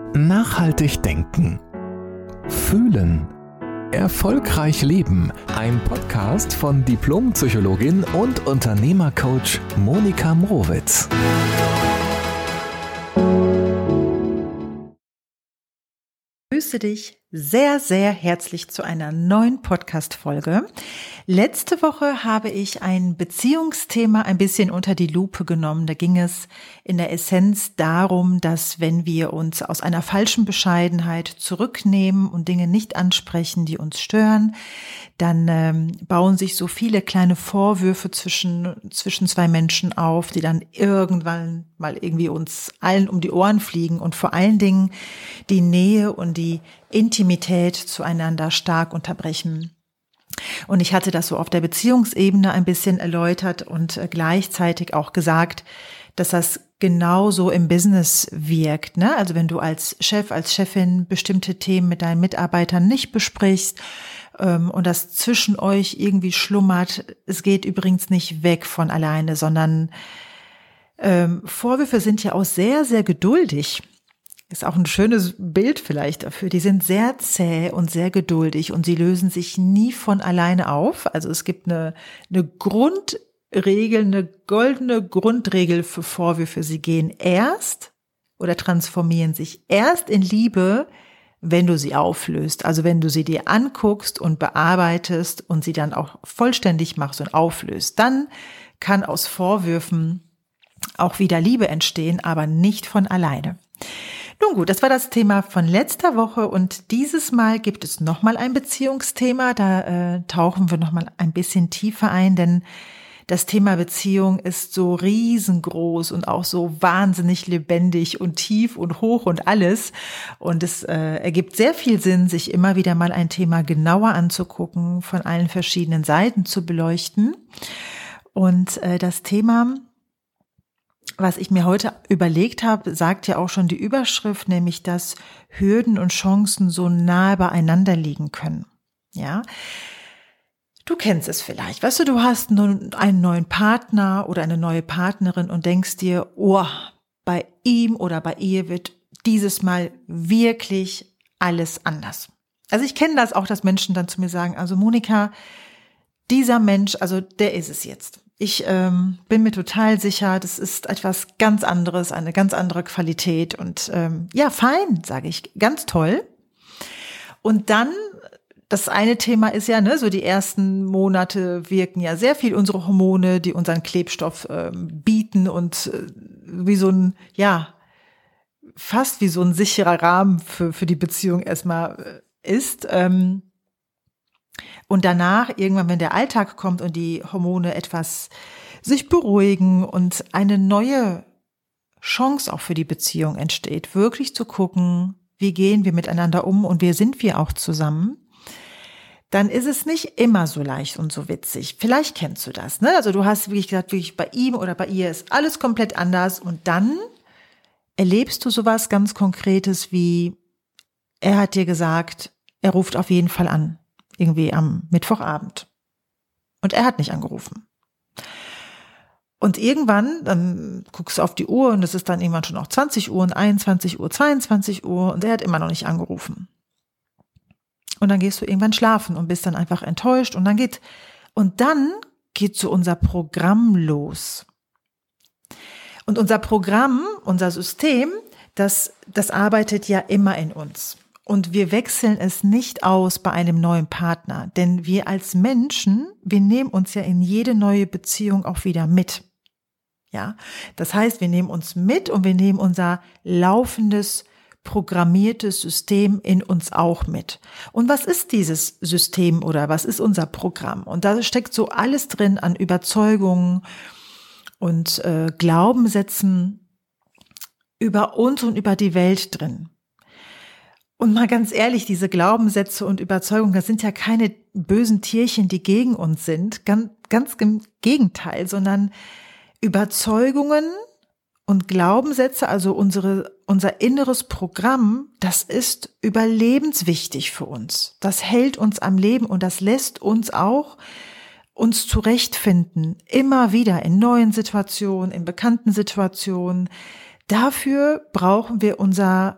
Nachhaltig denken. Fühlen. Erfolgreich leben. Ein Podcast von Diplompsychologin und Unternehmercoach Monika Mrowitz. Ich begrüße dich sehr, sehr herzlich zu einer neuen Podcast-Folge. Letzte Woche habe ich ein Beziehungsthema ein bisschen unter die Lupe genommen. Da ging es in der Essenz darum, dass wenn wir uns aus einer falschen Bescheidenheit zurücknehmen und Dinge nicht ansprechen, die uns stören, dann bauen sich so viele kleine Vorwürfe zwischen zwei Menschen auf, die dann irgendwann mal irgendwie uns allen um die Ohren fliegen und vor allen Dingen die Nähe und die Intimität zueinander stark unterbrechen. Und ich hatte das so auf der Beziehungsebene ein bisschen erläutert und gleichzeitig auch gesagt, dass das genauso im Business wirkt, ne? Also wenn du als Chef, als Chefin bestimmte Themen mit deinen Mitarbeitern nicht besprichst und das zwischen euch irgendwie schlummert, es geht übrigens nicht weg von alleine, sondern Vorwürfe sind ja auch sehr, sehr geduldig. Ist auch ein schönes Bild vielleicht dafür. Die sind sehr zäh und sehr geduldig und sie lösen sich nie von alleine auf. Also es gibt eine Grundregel, eine goldene Grundregel für Vorwürfe. Sie gehen erst oder transformieren sich erst in Liebe, wenn du sie auflöst. Also wenn du sie dir anguckst und bearbeitest und sie dann auch vollständig machst und auflöst. Dann kann aus Vorwürfen auch wieder Liebe entstehen, aber nicht von alleine. Nun gut, das war das Thema von letzter Woche und dieses Mal gibt es nochmal ein Beziehungsthema. Da tauchen wir nochmal ein bisschen tiefer ein, denn das Thema Beziehung ist so riesengroß und auch so wahnsinnig lebendig und tief und hoch und alles. Und es ergibt sehr viel Sinn, sich immer wieder mal ein Thema genauer anzugucken, von allen verschiedenen Seiten zu beleuchten. Und das Thema, was ich mir heute überlegt habe, sagt ja auch schon die Überschrift, nämlich, dass Hürden und Chancen so nahe beieinander liegen können. Ja, du kennst es vielleicht. Weißt du hast nun einen neuen Partner oder eine neue Partnerin und denkst dir, oh, bei ihm oder bei ihr wird dieses Mal wirklich alles anders. Also ich kenne das auch, dass Menschen dann zu mir sagen, also Monika, dieser Mensch, also der ist es jetzt. Ich bin mir total sicher, das ist etwas ganz anderes, eine ganz andere Qualität und ja, fein, sage ich, ganz toll. Und dann, das eine Thema ist ja, ne, so die ersten Monate wirken ja sehr viel unsere Hormone, die unseren Klebstoff bieten und wie so ein, ja, fast wie so ein sicherer Rahmen für die Beziehung erstmal ist. Und danach, irgendwann, wenn der Alltag kommt und die Hormone etwas sich beruhigen und eine neue Chance auch für die Beziehung entsteht, wirklich zu gucken, wie gehen wir miteinander um und wie sind wir auch zusammen, dann ist es nicht immer so leicht und so witzig. Vielleicht kennst du das, ne? Also du hast, wie ich gesagt, wirklich bei ihm oder bei ihr ist alles komplett anders und dann erlebst du sowas ganz Konkretes wie, er hat dir gesagt, er ruft auf jeden Fall an. Irgendwie am Mittwochabend. Und er hat nicht angerufen. Und irgendwann, dann guckst du auf die Uhr und es ist dann irgendwann schon auch 20 Uhr und 21 Uhr, 22 Uhr und er hat immer noch nicht angerufen. Und dann gehst du irgendwann schlafen und bist dann einfach enttäuscht und dann geht so unser Programm los. Und unser Programm, unser System, das arbeitet ja immer in uns. Und wir wechseln es nicht aus bei einem neuen Partner, denn wir als Menschen, wir nehmen uns ja in jede neue Beziehung auch wieder mit. Ja, das heißt, wir nehmen uns mit und wir nehmen unser laufendes, programmiertes System in uns auch mit. Und was ist dieses System oder was ist unser Programm? Und da steckt so alles drin an Überzeugungen und Glaubenssätzen über uns und über die Welt drin. Und mal ganz ehrlich, diese Glaubenssätze und Überzeugungen, das sind ja keine bösen Tierchen, die gegen uns sind, ganz im Gegenteil, sondern Überzeugungen und Glaubenssätze, also unser inneres Programm, das ist überlebenswichtig für uns. Das hält uns am Leben und das lässt uns auch uns zurechtfinden, immer wieder in neuen Situationen, in bekannten Situationen. Dafür brauchen wir unser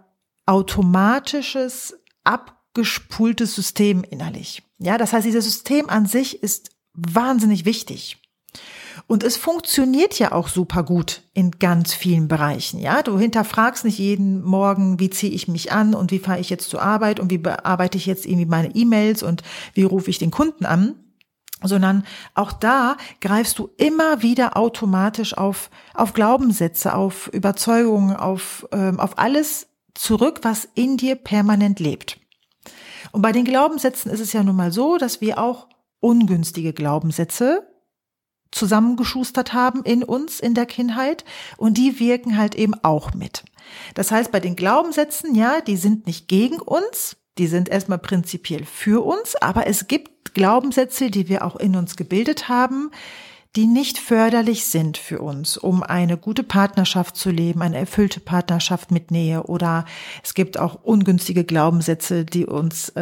automatisches, abgespultes System innerlich. Ja, das heißt, dieses System an sich ist wahnsinnig wichtig. Und es funktioniert ja auch super gut in ganz vielen Bereichen. Ja, du hinterfragst nicht jeden Morgen, wie ziehe ich mich an und wie fahre ich jetzt zur Arbeit und wie bearbeite ich jetzt irgendwie meine E-Mails und wie rufe ich den Kunden an, sondern auch da greifst du immer wieder automatisch auf Glaubenssätze, auf Überzeugungen, auf alles zurück, was in dir permanent lebt. Und bei den Glaubenssätzen ist es ja nun mal so, dass wir auch ungünstige Glaubenssätze zusammengeschustert haben in uns in der Kindheit und die wirken halt eben auch mit. Das heißt, bei den Glaubenssätzen, ja, die sind nicht gegen uns, die sind erstmal prinzipiell für uns, aber es gibt Glaubenssätze, die wir auch in uns gebildet haben, die nicht förderlich sind für uns, um eine gute Partnerschaft zu leben, eine erfüllte Partnerschaft mit Nähe, oder es gibt auch ungünstige Glaubenssätze, die uns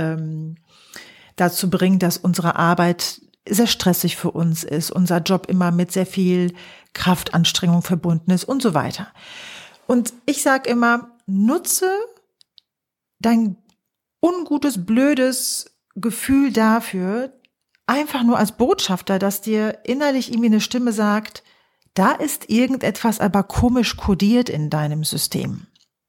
dazu bringen, dass unsere Arbeit sehr stressig für uns ist, unser Job immer mit sehr viel Kraftanstrengung verbunden ist und so weiter. Und ich sage immer, nutze dein ungutes, blödes Gefühl dafür, einfach nur als Botschafter, dass dir innerlich irgendwie eine Stimme sagt, da ist irgendetwas aber komisch kodiert in deinem System.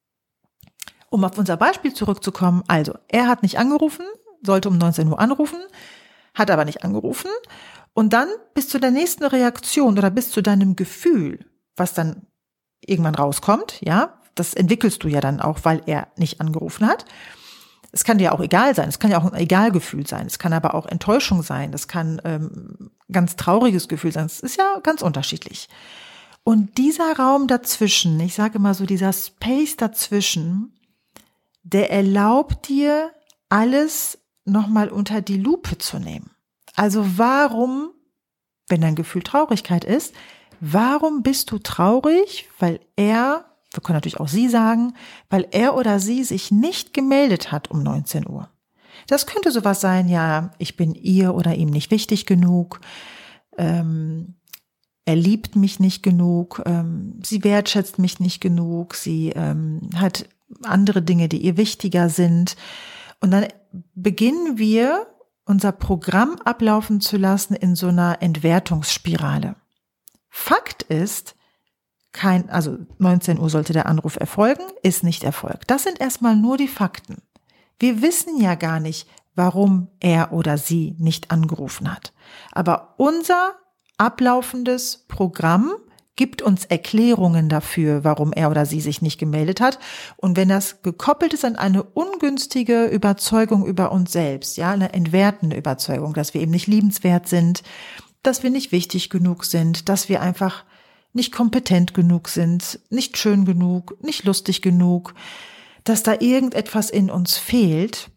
Um auf unser Beispiel zurückzukommen, also, er hat nicht angerufen, sollte um 19 Uhr anrufen, hat aber nicht angerufen und dann bis zu der nächsten Reaktion oder bis zu deinem Gefühl, was dann irgendwann rauskommt, ja, das entwickelst du ja dann auch, weil er nicht angerufen hat. Es kann dir auch egal sein, es kann ja auch ein Egalgefühl sein, es kann aber auch Enttäuschung sein, das kann ganz trauriges Gefühl sein, es ist ja ganz unterschiedlich. Und dieser Raum dazwischen, ich sage immer so, dieser Space dazwischen, der erlaubt dir, alles nochmal unter die Lupe zu nehmen. Also warum, wenn dein Gefühl Traurigkeit ist, warum bist du traurig? Weil wir können natürlich auch sie sagen, weil er oder sie sich nicht gemeldet hat um 19 Uhr. Das könnte sowas sein, ja, ich bin ihr oder ihm nicht wichtig genug, er liebt mich nicht genug, sie wertschätzt mich nicht genug, sie hat andere Dinge, die ihr wichtiger sind. Und dann beginnen wir, unser Programm ablaufen zu lassen in so einer Entwertungsspirale. Fakt ist, 19 Uhr sollte der Anruf erfolgen, ist nicht erfolgt. Das sind erstmal nur die Fakten. Wir wissen ja gar nicht, warum er oder sie nicht angerufen hat. Aber unser ablaufendes Programm gibt uns Erklärungen dafür, warum er oder sie sich nicht gemeldet hat. Und wenn das gekoppelt ist an eine ungünstige Überzeugung über uns selbst, ja, eine entwertende Überzeugung, dass wir eben nicht liebenswert sind, dass wir nicht wichtig genug sind, dass wir einfach nicht kompetent genug sind, nicht schön genug, nicht lustig genug, dass da irgendetwas in uns fehlt,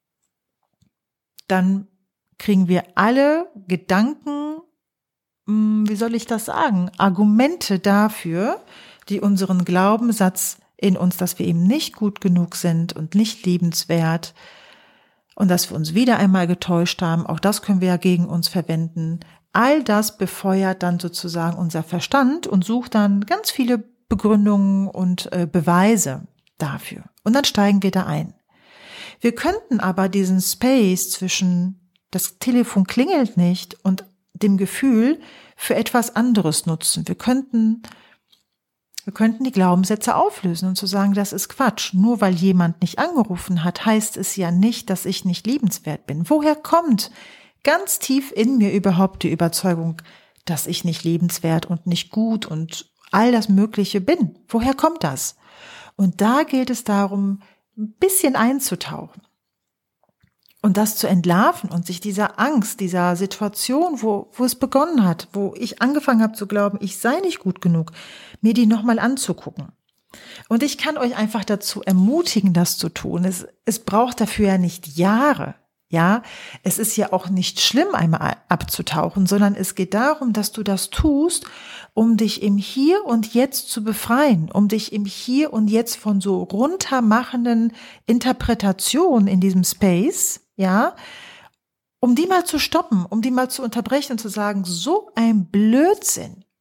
dann kriegen wir alle Gedanken, wie soll ich das sagen, Argumente dafür, die unseren Glaubenssatz in uns, dass wir eben nicht gut genug sind und nicht liebenswert und dass wir uns wieder einmal getäuscht haben, auch das können wir ja gegen uns verwenden. All das befeuert dann sozusagen unser Verstand und sucht dann ganz viele Begründungen und Beweise dafür. Und dann steigen wir da ein. Wir könnten aber diesen Space zwischen das Telefon klingelt nicht und dem Gefühl für etwas anderes nutzen. Wir könnten die Glaubenssätze auflösen und zu sagen, das ist Quatsch. Nur weil jemand nicht angerufen hat, heißt es ja nicht, dass ich nicht liebenswert bin. Woher kommt ganz tief in mir überhaupt die Überzeugung, dass ich nicht liebenswert und nicht gut und all das Mögliche bin? Woher kommt das? Und da gilt es darum, ein bisschen einzutauchen und das zu entlarven und sich dieser Angst, dieser Situation, wo es begonnen hat, wo ich angefangen habe zu glauben, ich sei nicht gut genug, mir die nochmal anzugucken. Und ich kann euch einfach dazu ermutigen, das zu tun. Es braucht dafür ja nicht Jahre. Ja, es ist ja auch nicht schlimm, einmal abzutauchen, sondern es geht darum, dass du das tust, um dich im Hier und Jetzt zu befreien, um dich im Hier und Jetzt von so runtermachenden Interpretationen in diesem Space, ja, um die mal zu stoppen, um die mal zu unterbrechen und zu sagen, so ein Blödsinn,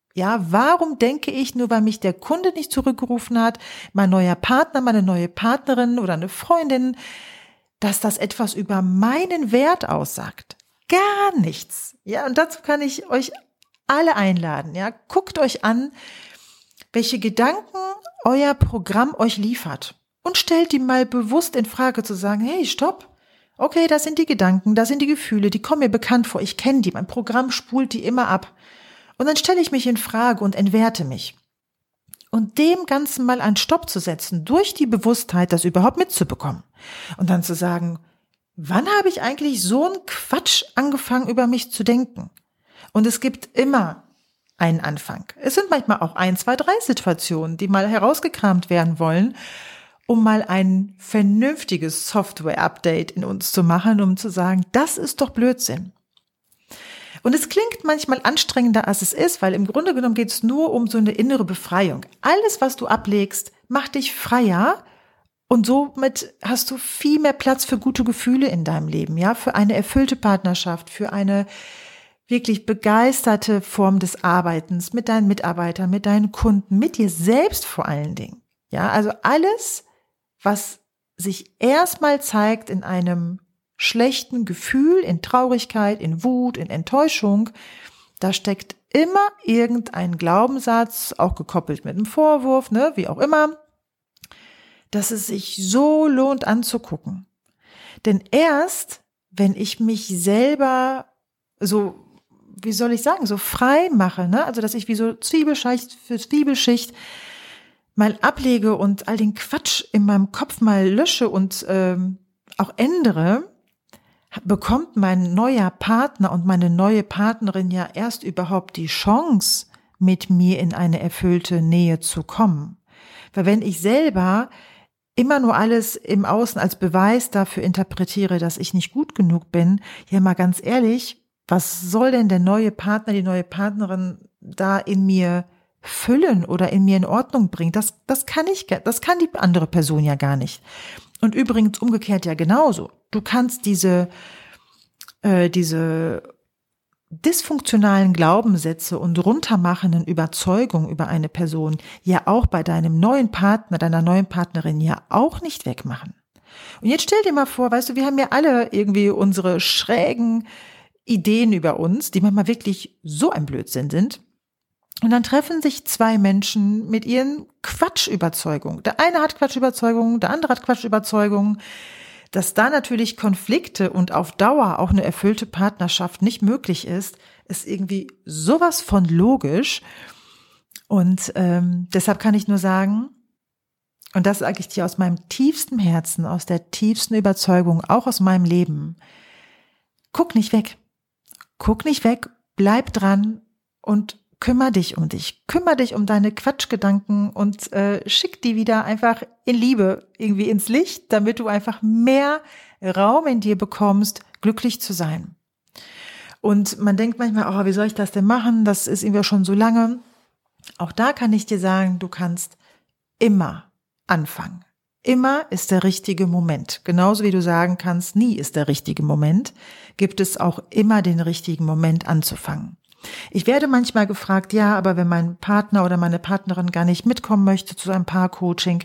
Ja, warum denke ich, nur weil mich der Kunde nicht zurückgerufen hat, mein neuer Partner, meine neue Partnerin oder eine Freundin, dass das etwas über meinen Wert aussagt? Gar nichts. Ja, und dazu kann ich euch alle einladen. Ja, guckt euch an, welche Gedanken euer Programm euch liefert und stellt die mal bewusst in Frage zu sagen, hey, stopp. Okay, das sind die Gedanken, das sind die Gefühle, die kommen mir bekannt vor, ich kenne die, mein Programm spult die immer ab. Und dann stelle ich mich in Frage und entwerte mich. Und dem Ganzen mal einen Stopp zu setzen, durch die Bewusstheit, das überhaupt mitzubekommen. Und dann zu sagen, wann habe ich eigentlich so einen Quatsch angefangen, über mich zu denken? Und es gibt immer einen Anfang. Es sind manchmal auch 1, 2, 3 Situationen, die mal herausgekramt werden wollen, um mal ein vernünftiges Software-Update in uns zu machen, um zu sagen, das ist doch Blödsinn. Und es klingt manchmal anstrengender, als es ist, weil im Grunde genommen geht es nur um so eine innere Befreiung. Alles, was du ablegst, macht dich freier und somit hast du viel mehr Platz für gute Gefühle in deinem Leben, ja, für eine erfüllte Partnerschaft, für eine wirklich begeisterte Form des Arbeitens mit deinen Mitarbeitern, mit deinen Kunden, mit dir selbst vor allen Dingen. Ja, also alles, was sich erstmal zeigt in einem schlechten Gefühl, in Traurigkeit, in Wut, in Enttäuschung, da steckt immer irgendein Glaubenssatz, auch gekoppelt mit einem Vorwurf, ne, wie auch immer, dass es sich so lohnt anzugucken. Denn erst, wenn ich mich selber so, wie soll ich sagen, so frei mache, ne, also dass ich wie so Zwiebelschicht für Zwiebelschicht mal ablege und all den Quatsch in meinem Kopf mal lösche und auch ändere, bekommt mein neuer Partner und meine neue Partnerin ja erst überhaupt die Chance, mit mir in eine erfüllte Nähe zu kommen. Weil wenn ich selber immer nur alles im Außen als Beweis dafür interpretiere, dass ich nicht gut genug bin, ja mal ganz ehrlich, was soll denn der neue Partner, die neue Partnerin da in mir füllen oder in mir in Ordnung bringen? Das kann die andere Person ja gar nicht. Und übrigens umgekehrt ja genauso. Du kannst diese dysfunktionalen Glaubenssätze und runtermachenden Überzeugungen über eine Person ja auch bei deinem neuen Partner, deiner neuen Partnerin ja auch nicht wegmachen. Und jetzt stell dir mal vor, weißt du, wir haben ja alle irgendwie unsere schrägen Ideen über uns, die manchmal wirklich so ein Blödsinn sind. Und dann treffen sich 2 Menschen mit ihren Quatschüberzeugungen. Der eine hat Quatschüberzeugungen, der andere hat Quatschüberzeugungen. Dass da natürlich Konflikte und auf Dauer auch eine erfüllte Partnerschaft nicht möglich ist irgendwie sowas von logisch. Und deshalb kann ich nur sagen, und das sage ich dir aus meinem tiefsten Herzen, aus der tiefsten Überzeugung, auch aus meinem Leben, guck nicht weg. Guck nicht weg, bleib dran und kümmere dich um dich. Kümmere dich um deine Quatschgedanken und schick die wieder einfach in Liebe irgendwie ins Licht, damit du einfach mehr Raum in dir bekommst, glücklich zu sein. Und man denkt manchmal, oh, wie soll ich das denn machen? Das ist irgendwie schon so lange. Auch da kann ich dir sagen, du kannst immer anfangen. Immer ist der richtige Moment. Genauso wie du sagen kannst, nie ist der richtige Moment, gibt es auch immer den richtigen Moment anzufangen. Ich werde manchmal gefragt, ja, aber wenn mein Partner oder meine Partnerin gar nicht mitkommen möchte zu einem Paar-Coaching,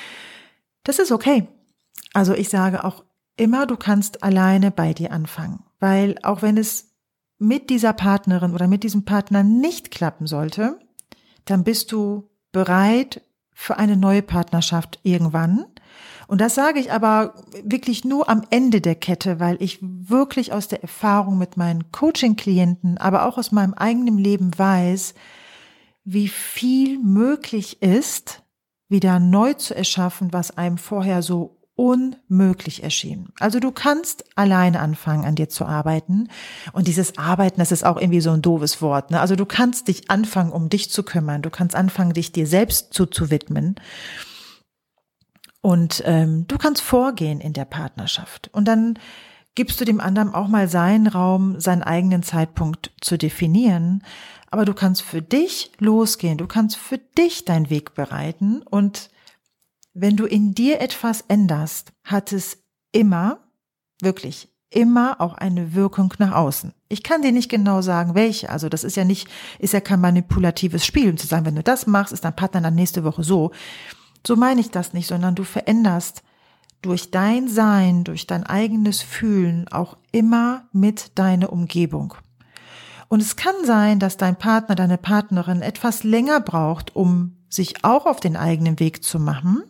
das ist okay. Also ich sage auch immer, du kannst alleine bei dir anfangen, weil auch wenn es mit dieser Partnerin oder mit diesem Partner nicht klappen sollte, dann bist du bereit für eine neue Partnerschaft irgendwann. Und das sage ich aber wirklich nur am Ende der Kette, weil ich wirklich aus der Erfahrung mit meinen Coaching-Klienten, aber auch aus meinem eigenen Leben weiß, wie viel möglich ist, wieder neu zu erschaffen, was einem vorher so unmöglich erschien. Also du kannst alleine anfangen, an dir zu arbeiten. Und dieses Arbeiten, das ist auch irgendwie so ein doofes Wort, ne? Also du kannst dich anfangen, um dich zu kümmern. Du kannst anfangen, dich dir selbst zuzuwidmen. Und du kannst vorgehen in der Partnerschaft. Und dann gibst du dem anderen auch mal seinen Raum, seinen eigenen Zeitpunkt zu definieren. Aber du kannst für dich losgehen. Du kannst für dich deinen Weg bereiten. Und wenn du in dir etwas änderst, hat es immer, wirklich immer auch eine Wirkung nach außen. Ich kann dir nicht genau sagen, welche. Also das ist ja kein manipulatives Spiel, um zu sagen, wenn du das machst, ist dein Partner dann nächste Woche so. So meine ich das nicht, sondern du veränderst durch dein Sein, durch dein eigenes Fühlen auch immer mit deiner Umgebung. Und es kann sein, dass dein Partner, deine Partnerin etwas länger braucht, um sich auch auf den eigenen Weg zu machen.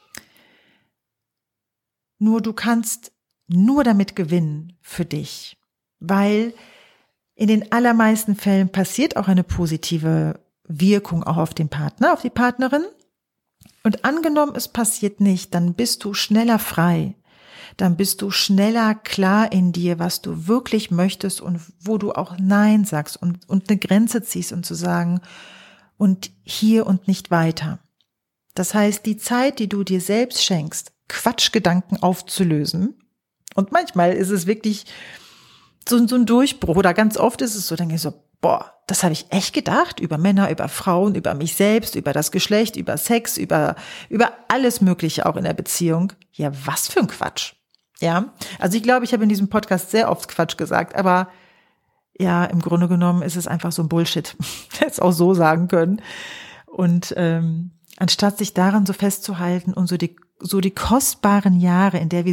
Nur du kannst nur damit gewinnen für dich, weil in den allermeisten Fällen passiert auch eine positive Wirkung auch auf den Partner, auf die Partnerin. Und angenommen, es passiert nicht, dann bist du schneller frei. Dann bist du schneller klar in dir, was du wirklich möchtest und wo du auch Nein sagst und eine Grenze ziehst und zu sagen, und hier und nicht weiter. Das heißt, die Zeit, die du dir selbst schenkst, Quatschgedanken aufzulösen, und manchmal ist es wirklich so ein Durchbruch, oder ganz oft ist es so, dann denke ich so, boah, das habe ich echt gedacht, über Männer, über Frauen, über mich selbst, über das Geschlecht, über Sex, über alles Mögliche auch in der Beziehung. Ja, was für ein Quatsch. Ja, also ich glaube, ich habe in diesem Podcast sehr oft Quatsch gesagt, aber ja, im Grunde genommen ist es einfach so ein Bullshit. Hätte es auch so sagen können. Und anstatt sich daran so festzuhalten und so die kostbaren Jahre, in denen wir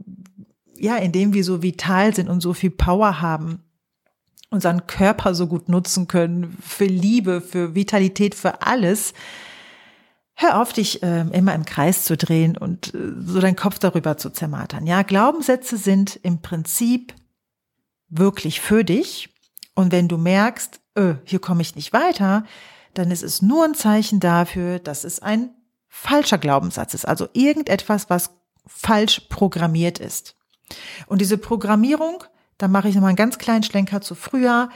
so vital sind und so viel Power haben, unseren Körper so gut nutzen können, für Liebe, für Vitalität, für alles. Hör auf, dich immer im Kreis zu drehen und so deinen Kopf darüber zu zermartern. Ja, Glaubenssätze sind im Prinzip wirklich für dich. Und wenn du merkst, hier komme ich nicht weiter, dann ist es nur ein Zeichen dafür, dass es ein falscher Glaubenssatz ist. Also irgendetwas, was falsch programmiert ist. Und diese Programmierung, da mache ich nochmal einen ganz kleinen Schlenker zu früher,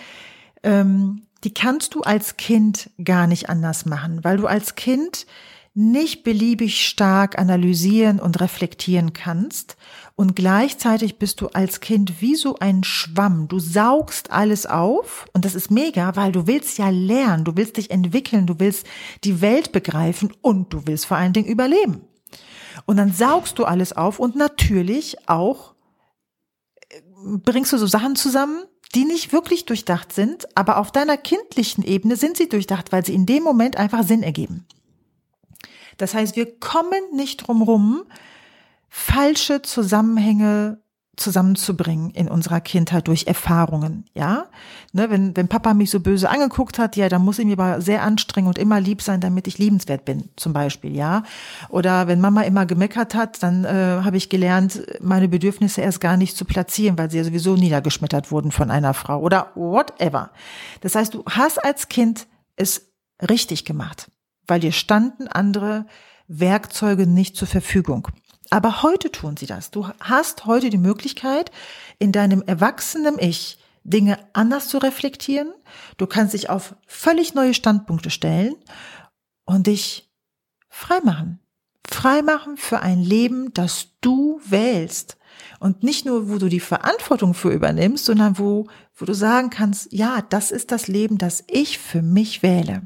die kannst du als Kind gar nicht anders machen, weil du als Kind nicht beliebig stark analysieren und reflektieren kannst und gleichzeitig bist du als Kind wie so ein Schwamm. Du saugst alles auf und das ist mega, weil du willst ja lernen, du willst dich entwickeln, du willst die Welt begreifen und du willst vor allen Dingen überleben. Und dann saugst du alles auf und natürlich auch bringst du so Sachen zusammen, die nicht wirklich durchdacht sind, aber auf deiner kindlichen Ebene sind sie durchdacht, weil sie in dem Moment einfach Sinn ergeben. Das heißt, wir kommen nicht drum rum, falsche Zusammenhänge zusammenzubringen in unserer Kindheit durch Erfahrungen, ja. Ne, wenn Papa mich so böse angeguckt hat, ja, dann muss ich mir aber sehr anstrengen und immer lieb sein, damit ich liebenswert bin, zum Beispiel, ja. Oder wenn Mama immer gemeckert hat, dann habe ich gelernt, meine Bedürfnisse erst gar nicht zu platzieren, weil sie ja sowieso niedergeschmettert wurden von einer Frau oder whatever. Das heißt, du hast als Kind es richtig gemacht, weil dir standen andere Werkzeuge nicht zur Verfügung. Aber heute tun sie das. Du hast heute die Möglichkeit, in deinem erwachsenen Ich Dinge anders zu reflektieren. Du kannst dich auf völlig neue Standpunkte stellen und dich freimachen. Freimachen für ein Leben, das du wählst. Und nicht nur, wo du die Verantwortung für übernimmst, sondern wo du sagen kannst, ja, das ist das Leben, das ich für mich wähle.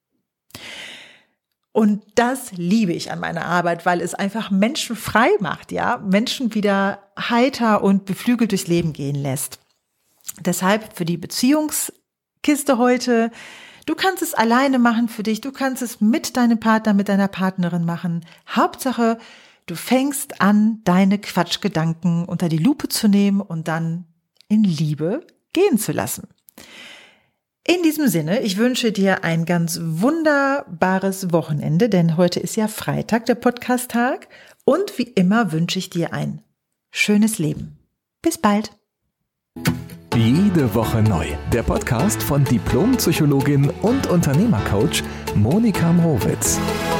Und das liebe ich an meiner Arbeit, weil es einfach Menschen frei macht, ja, Menschen wieder heiter und beflügelt durchs Leben gehen lässt. Deshalb für die Beziehungskiste heute, du kannst es alleine machen für dich, du kannst es mit deinem Partner, mit deiner Partnerin machen. Hauptsache, du fängst an, deine Quatschgedanken unter die Lupe zu nehmen und dann in Liebe gehen zu lassen. In diesem Sinne, ich wünsche dir ein ganz wunderbares Wochenende, denn heute ist ja Freitag, der Podcast-Tag. Und wie immer wünsche ich dir ein schönes Leben. Bis bald. Jede Woche neu. Der Podcast von Diplompsychologin und Unternehmercoach Monika Mrowitz.